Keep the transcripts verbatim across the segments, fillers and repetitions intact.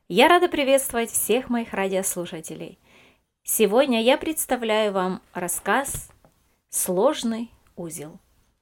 Я рада приветствовать всех моих радиослушателей. Сегодня я представляю вам рассказ «Сложный узел».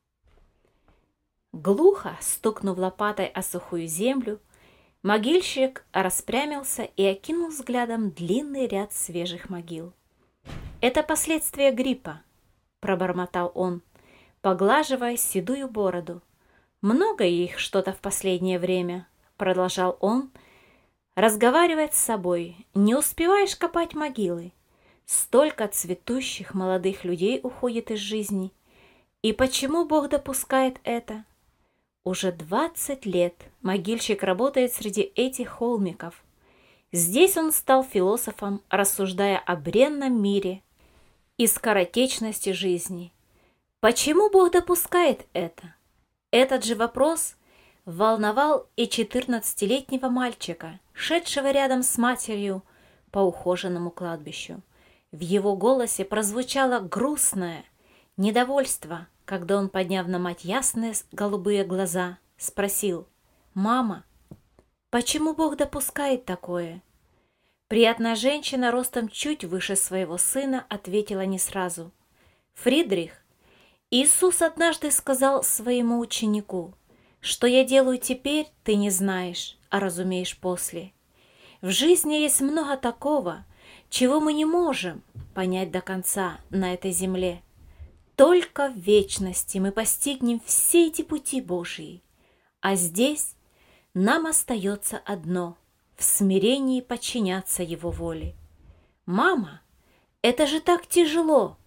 Глухо стукнув лопатой о сухую землю, могильщик распрямился и окинул взглядом длинный ряд свежих могил. «Это последствия гриппа», — пробормотал он, поглаживая седую бороду. «Много их что-то в последнее время», — продолжал он, разговаривать с собой. «Не успеваешь копать могилы. Столько цветущих молодых людей уходит из жизни. И почему Бог допускает это?» Уже двадцать лет могильщик работает среди этих холмиков. Здесь он стал философом, рассуждая о бренном мире и скоротечности жизни. Почему Бог допускает это? Этот же вопрос волновал и четырнадцатилетнего мальчика, шедшего рядом с матерью по ухоженному кладбищу. В его голосе прозвучало грустное недовольство, когда он, подняв на мать ясные голубые глаза, спросил: «Мама, почему Бог допускает такое?» Приятная женщина, ростом чуть выше своего сына, ответила не сразу. «Фридрих, Иисус однажды сказал своему ученику: что я делаю теперь, ты не знаешь, а разумеешь после. В жизни есть много такого, чего мы не можем понять до конца на этой земле. Только в вечности мы постигнем все эти пути Божьи, а здесь нам остается одно — в смирении подчиняться Его воле. Мама, это же так тяжело!»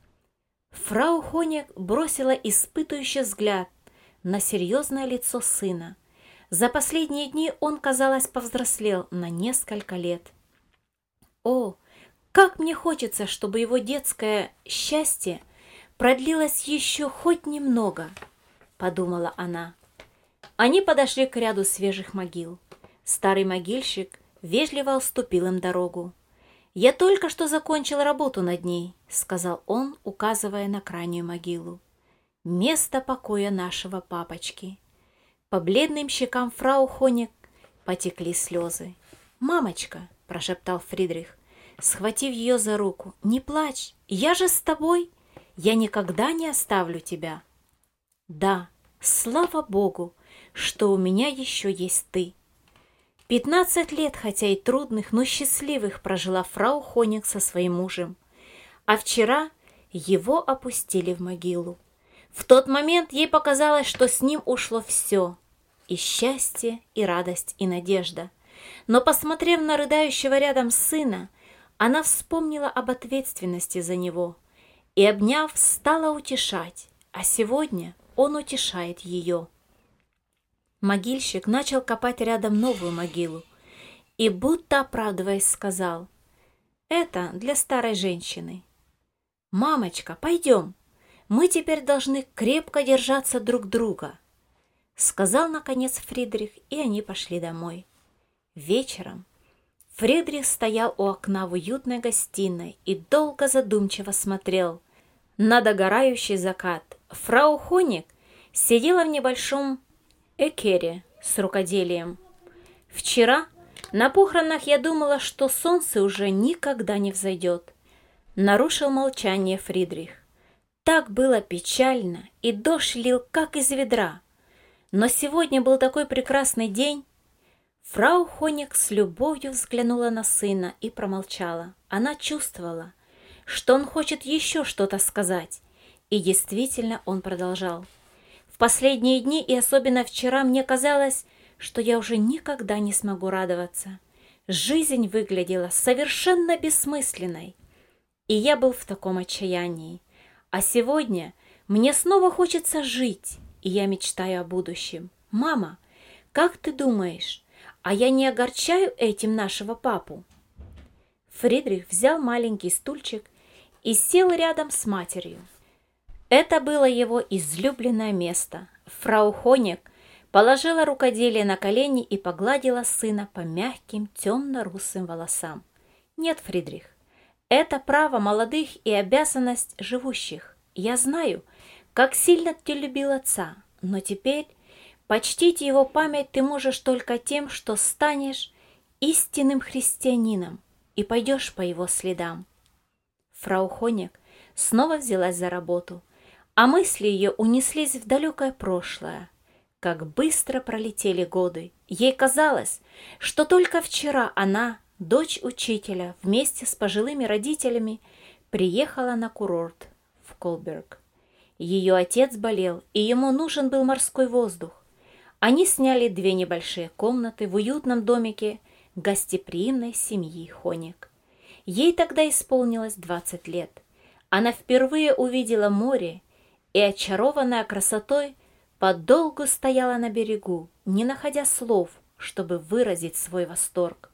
Фрау Хоник бросила испытующий взгляд на серьезное лицо сына. За последние дни он, казалось, повзрослел на несколько лет. «О, как мне хочется, чтобы его детское счастье продлилось еще хоть немного», — подумала она. Они подошли к ряду свежих могил. Старый могильщик вежливо уступил им дорогу. «Я только что закончил работу над ней», — сказал он, указывая на крайнюю могилу. «Место покоя нашего папочки». По бледным щекам фрау Хоник потекли слезы. «Мамочка», — прошептал Фридрих, схватив ее за руку, — «не плачь, я же с тобой, я никогда не оставлю тебя». «Да, слава Богу, что у меня еще есть ты». Пятнадцать лет, хотя и трудных, но счастливых, прожила фрау Хоник со своим мужем, а вчера его опустили в могилу. В тот момент ей показалось, что с ним ушло все — и счастье, и радость, и надежда. Но, посмотрев на рыдающего рядом сына, она вспомнила об ответственности за него и, обняв, стала утешать, а сегодня он утешает ее. Могильщик начал копать рядом новую могилу и, будто оправдываясь, сказал: «Это для старой женщины». «Мамочка, пойдем, мы теперь должны крепко держаться друг друга», — сказал, наконец, Фридрих, и они пошли домой. Вечером Фридрих стоял у окна в уютной гостиной и долго задумчиво смотрел на догорающий закат. Фрау Хоник сидела в небольшом экере с рукоделием. «Вчера на похоронах я думала, что солнце уже никогда не взойдет», — нарушил молчание Фридрих. «Так было печально, и дождь лил, как из ведра. Но сегодня был такой прекрасный день». Фрау Хоник с любовью взглянула на сына и промолчала. Она чувствовала, что он хочет еще что-то сказать. И действительно он продолжал: «В последние дни, и особенно вчера, мне казалось, что я уже никогда не смогу радоваться. Жизнь выглядела совершенно бессмысленной, и я был в таком отчаянии. А сегодня мне снова хочется жить, и я мечтаю о будущем. Мама, как ты думаешь, а я не огорчаю этим нашего папу?» Фридрих взял маленький стульчик и сел рядом с матерью. Это было его излюбленное место. Фрау Хоник положила рукоделие на колени и погладила сына по мягким темно-русым волосам. «Нет, Фридрих, это право молодых и обязанность живущих. Я знаю, как сильно ты любил отца, но теперь почтить его память ты можешь только тем, что станешь истинным христианином и пойдешь по его следам». Фрау Хонек снова взялась за работу, а мысли ее унеслись в далекое прошлое. Как быстро пролетели годы. Ей казалось, что только вчера она, дочь учителя, вместе с пожилыми родителями приехала на курорт в Колберг. Ее отец болел, и ему нужен был морской воздух. Они сняли две небольшие комнаты в уютном домике гостеприимной семьи Хонек. Ей тогда исполнилось двадцать лет. Она впервые увидела море и, очарованная красотой, подолгу стояла на берегу, не находя слов, чтобы выразить свой восторг.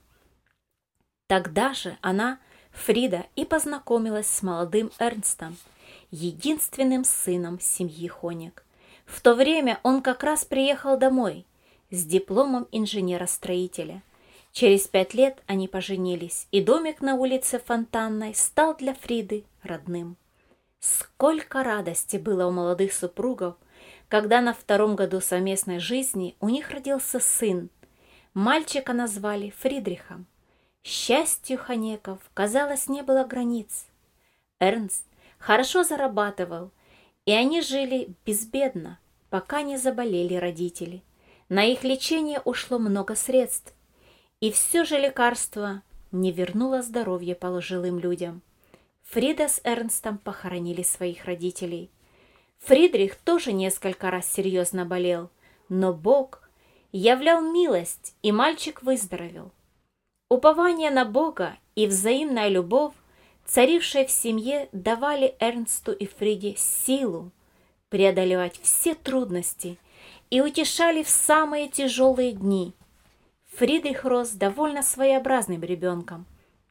Тогда же она, Фрида, и познакомилась с молодым Эрнстом, единственным сыном семьи Хонек. В то время он как раз приехал домой с дипломом инженера-строителя. Через пять лет они поженились, и домик на улице Фонтанной стал для Фриды родным. Сколько радости было у молодых супругов, когда на втором году совместной жизни у них родился сын. Мальчика назвали Фридрихом. Счастью Хонеков, казалось, не было границ. Эрнст хорошо зарабатывал, и они жили безбедно, пока не заболели родители. На их лечение ушло много средств, и все же лекарство не вернуло здоровье пожилым людям. Фрида с Эрнстом похоронили своих родителей. Фридрих тоже несколько раз серьезно болел, но Бог являл милость, и мальчик выздоровел. Упование на Бога и взаимная любовь, царившие в семье, давали Эрнсту и Фриде силу преодолевать все трудности и утешали в самые тяжелые дни. Фридрих рос довольно своеобразным ребенком.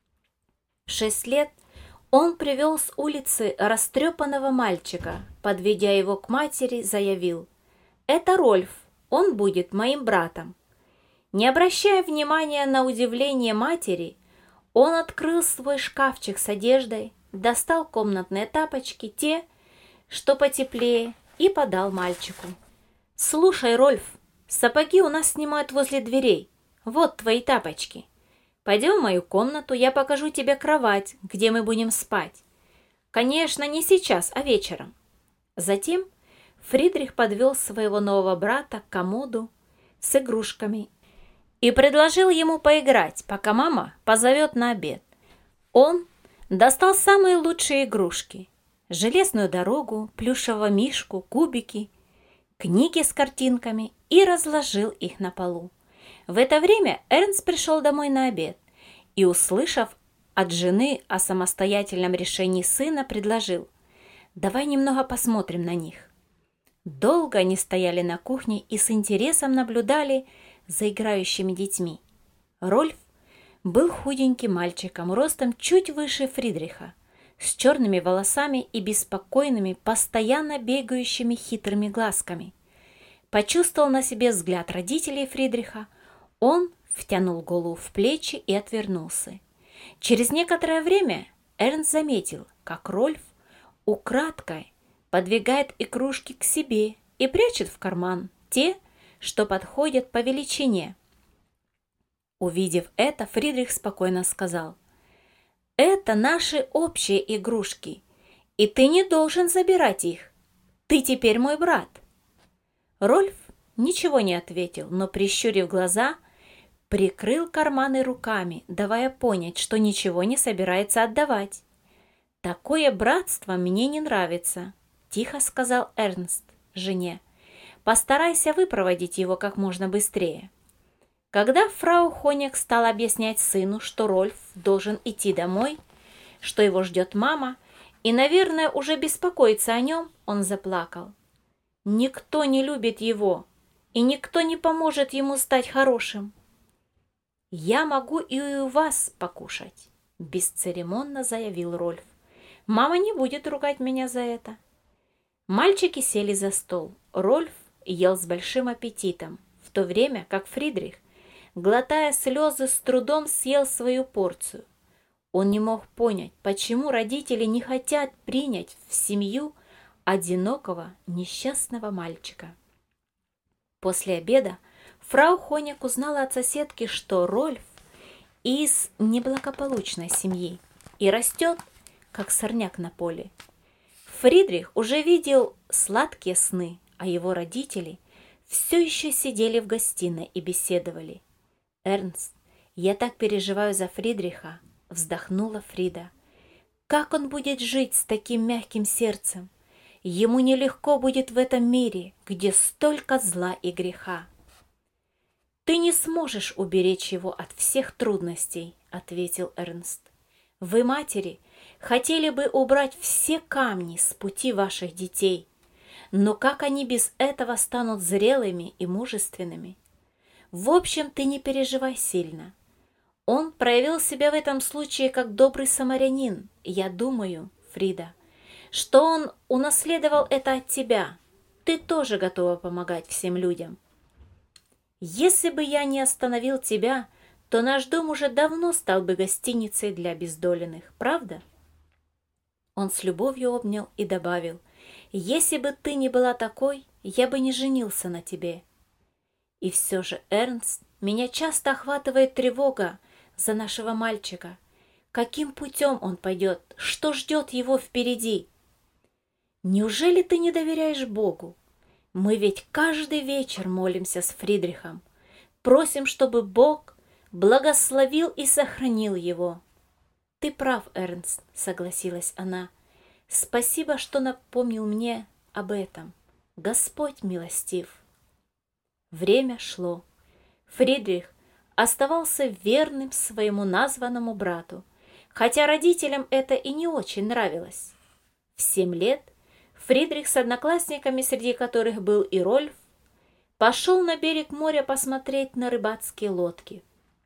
В шесть лет он привел с улицы растрепанного мальчика, подведя его к матери, заявил: «Это Рольф, он будет моим братом». Не обращая внимания на удивление матери, он открыл свой шкафчик с одеждой, достал комнатные тапочки, те, что потеплее, и подал мальчику. «Слушай, Рольф, сапоги у нас снимают возле дверей. Вот твои тапочки. Пойдем в мою комнату, я покажу тебе кровать, где мы будем спать. Конечно, не сейчас, а вечером». Затем Фридрих подвел своего нового брата к комоду с игрушками и предложил ему поиграть, пока мама позовет на обед. Он достал самые лучшие игрушки: железную дорогу, плюшевого мишку, кубики, книги с картинками, и разложил их на полу. В это время Эрнст пришел домой на обед и, услышав от жены о самостоятельном решении сына, предложил: «Давай немного посмотрим на них». Долго они стояли на кухне и с интересом наблюдали за играющими детьми. Рольф был худеньким мальчиком, ростом чуть выше Фридриха, с черными волосами и беспокойными, постоянно бегающими хитрыми глазками. Почувствовал на себе взгляд родителей Фридриха, он втянул голову в плечи и отвернулся. Через некоторое время Эрнст заметил, как Рольф украдкой подвигает игрушки к себе и прячет в карман те, что подходят по величине. Увидев это, Фридрих спокойно сказал: «Это наши общие игрушки, и ты не должен забирать их. Ты теперь мой брат». Рольф ничего не ответил, но, прищурив глаза, прикрыл карманы руками, давая понять, что ничего не собирается отдавать. «Такое братство мне не нравится», — тихо сказал Эрнст жене. «Постарайся выпроводить его как можно быстрее». Когда фрау Хонек стала объяснять сыну, что Рольф должен идти домой, что его ждет мама, и, наверное, уже беспокоится о нем, он заплакал. «Никто не любит его, и никто не поможет ему стать хорошим». «Я могу и у вас покушать», — бесцеремонно заявил Рольф. «Мама не будет ругать меня за это». Мальчики сели за стол. Рольф ел с большим аппетитом, в то время как Фридрих, глотая слезы, с трудом съел свою порцию. Он не мог понять, почему родители не хотят принять в семью одинокого несчастного мальчика. После обеда фрау Хонек узнала от соседки, что Рольф из неблагополучной семьи и растет, как сорняк на поле. Фридрих уже видел сладкие сны, а его родители все еще сидели в гостиной и беседовали. «Эрнст, я так переживаю за Фридриха», — вздохнула Фрида. «Как он будет жить с таким мягким сердцем? Ему нелегко будет в этом мире, где столько зла и греха». «Ты не сможешь уберечь его от всех трудностей», — ответил Эрнст. «Вы, матери, хотели бы убрать все камни с пути ваших детей, но как они без этого станут зрелыми и мужественными? В общем, ты не переживай сильно. Он проявил себя в этом случае как добрый самарянин. Я думаю, Фрида, что он унаследовал это от тебя. Ты тоже готова помогать всем людям. Если бы я не остановил тебя, то наш дом уже давно стал бы гостиницей для обездоленных, правда?» Он с любовью обнял и добавил: «Если бы ты не была такой, я бы не женился на тебе. И все же, Эрнст, меня часто охватывает тревога за нашего мальчика. Каким путем он пойдет? Что ждет его впереди? Неужели ты не доверяешь Богу? Мы ведь каждый вечер молимся с Фридрихом, просим, чтобы Бог благословил и сохранил его». «Ты прав, Эрнст», — согласилась она. «Спасибо, что напомнил мне об этом. Господь милостив». Время шло. Фридрих оставался верным своему названному брату, хотя родителям это и не очень нравилось. В семь лет Фридрих с одноклассниками, среди которых был и Рольф, пошел на берег моря посмотреть на рыбацкие лодки.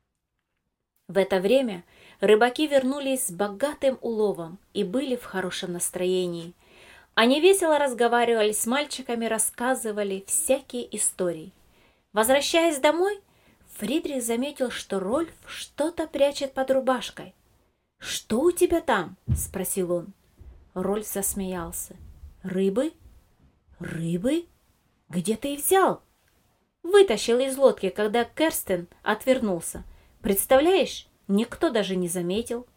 В это время рыбаки вернулись с богатым уловом и были в хорошем настроении. Они весело разговаривали с мальчиками, рассказывали всякие истории. Возвращаясь домой, Фридрих заметил, что Рольф что-то прячет под рубашкой. «Что у тебя там?» — спросил он. Рольф засмеялся. «Рыбы? Рыбы? Где ты их взял?» «Вытащил из лодки, когда Керстен отвернулся. Представляешь, никто даже не заметил».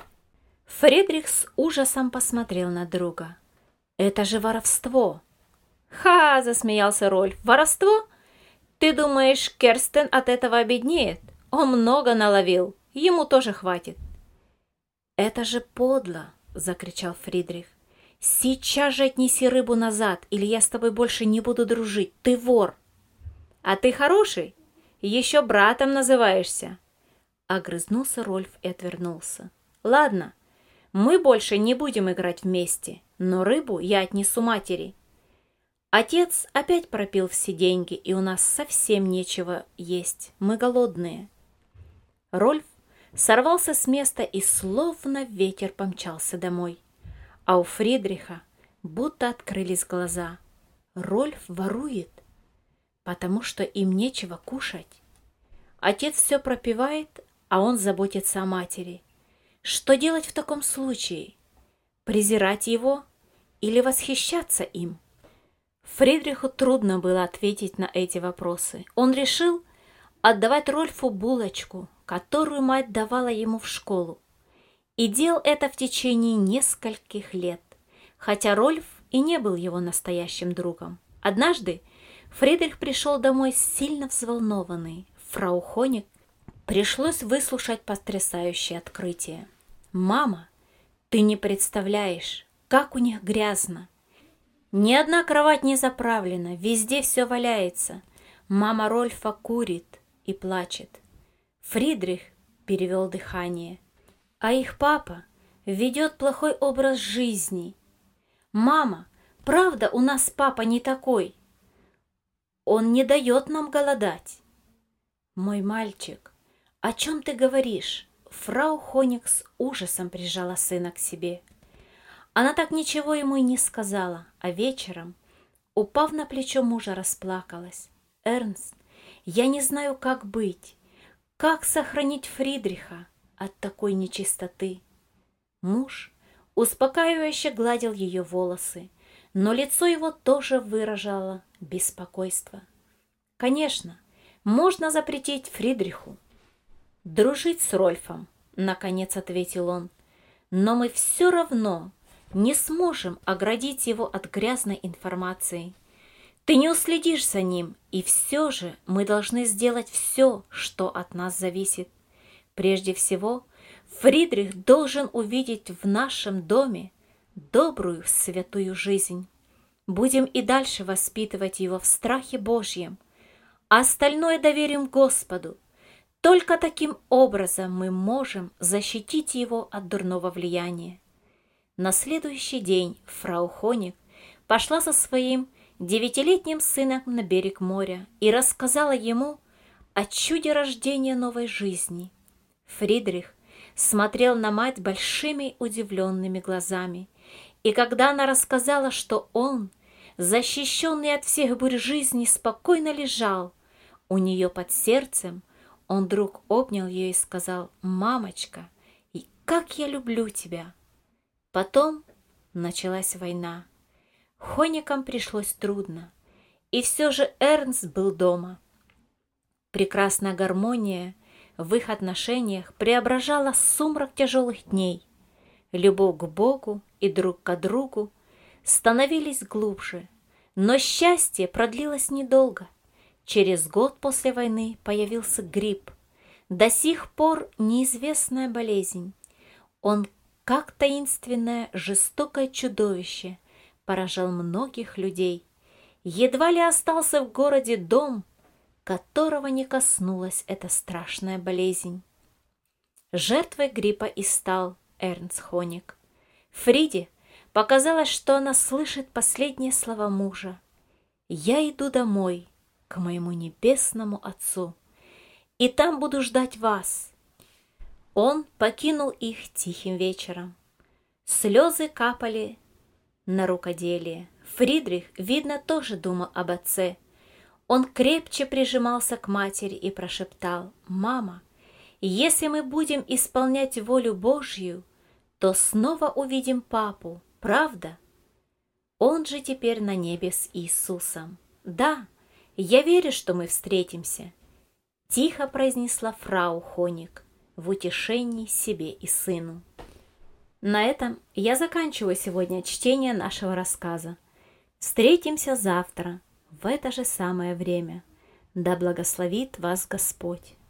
Фридрих с ужасом посмотрел на друга. «Это же воровство!» «Ха!» — засмеялся Рольф. «Воровство? Ты думаешь, Керстен от этого обеднеет? Он много наловил, ему тоже хватит». «Это же подло!» — закричал Фридрих. «Сейчас же отнеси рыбу назад, или я с тобой больше не буду дружить. Ты вор!» «А ты хороший? Еще братом называешься!» Огрызнулся Рольф и отвернулся. «Ладно, мы больше не будем играть вместе, но рыбу я отнесу матери. Отец опять пропил все деньги, и у нас совсем нечего есть. Мы голодные». Рольф сорвался с места и словно ветер помчался домой. А у Фридриха будто открылись глаза. Рольф ворует, потому что им нечего кушать. Отец все пропивает, а он заботится о матери. Что делать в таком случае? Презирать его или восхищаться им? Фридриху трудно было ответить на эти вопросы. Он решил отдавать Рольфу булочку, которую мать давала ему в школу, и делал это в течение нескольких лет, хотя Рольф и не был его настоящим другом. Однажды Фридрих пришел домой сильно взволнованный. Фрау Хоник пришлось выслушать потрясающее открытие. «Мама, ты не представляешь, как у них грязно. Ни одна кровать не заправлена, везде все валяется. Мама Рольфа курит и плачет». Фридрих перевел дыхание. «А их папа ведет плохой образ жизни. Мама, правда, у нас папа не такой. Он не дает нам голодать». «Мой мальчик, о чем ты говоришь?» Фрау Хоник с ужасом прижала сына к себе. Она так ничего ему и не сказала, а вечером, упав на плечо мужа, расплакалась. «Эрнст, я не знаю, как быть, как сохранить Фридриха от такой нечистоты». Муж успокаивающе гладил ее волосы, но лицо его тоже выражало беспокойство. «Конечно, можно запретить Фридриху, дружить с Рольфом, наконец ответил он, но мы все равно не сможем оградить его от грязной информации. Ты не уследишь за ним, и все же мы должны сделать все, что от нас зависит. Прежде всего, Фридрих должен увидеть в нашем доме добрую святую жизнь. Будем и дальше воспитывать его в страхе Божьем, а остальное доверим Господу. Только таким образом мы можем защитить его от дурного влияния. На следующий день фрау Хоник пошла со своим девятилетним сыном на берег моря и рассказала ему о чуде рождения новой жизни. Фридрих смотрел на мать большими удивленными глазами, и когда она рассказала, что он, защищенный от всех бурь жизни, спокойно лежал у нее под сердцем, он вдруг обнял ее и сказал: «Мамочка, и как я люблю тебя!» Потом началась война. Хоникам пришлось трудно, и все же Эрнст был дома. Прекрасная гармония в их отношениях преображала сумрак тяжелых дней. Любовь к Богу и друг к другу становились глубже, но счастье продлилось недолго. Через год после войны появился грипп, до сих пор неизвестная болезнь. Он, как таинственное жестокое чудовище, поражал многих людей. Едва ли остался в городе дом, которого не коснулась эта страшная болезнь. Жертвой гриппа и стал Эрнст Хоник. Фриде показалось, что она слышит последние слова мужа: «Я иду домой, к моему небесному Отцу, и там буду ждать вас». Он покинул их тихим вечером. Слезы капали на рукоделие. Фридрих, видно, тоже думал об отце. Он крепче прижимался к матери и прошептал: «Мама, если мы будем исполнять волю Божью, то снова увидим папу, правда? Он же теперь на небе с Иисусом. Да, я верю, что мы встретимся», — тихо произнесла фрау Хоник в утешении себе и сыну. На этом я заканчиваю сегодня чтение нашего рассказа. Встретимся завтра в это же самое время. Да благословит вас Господь!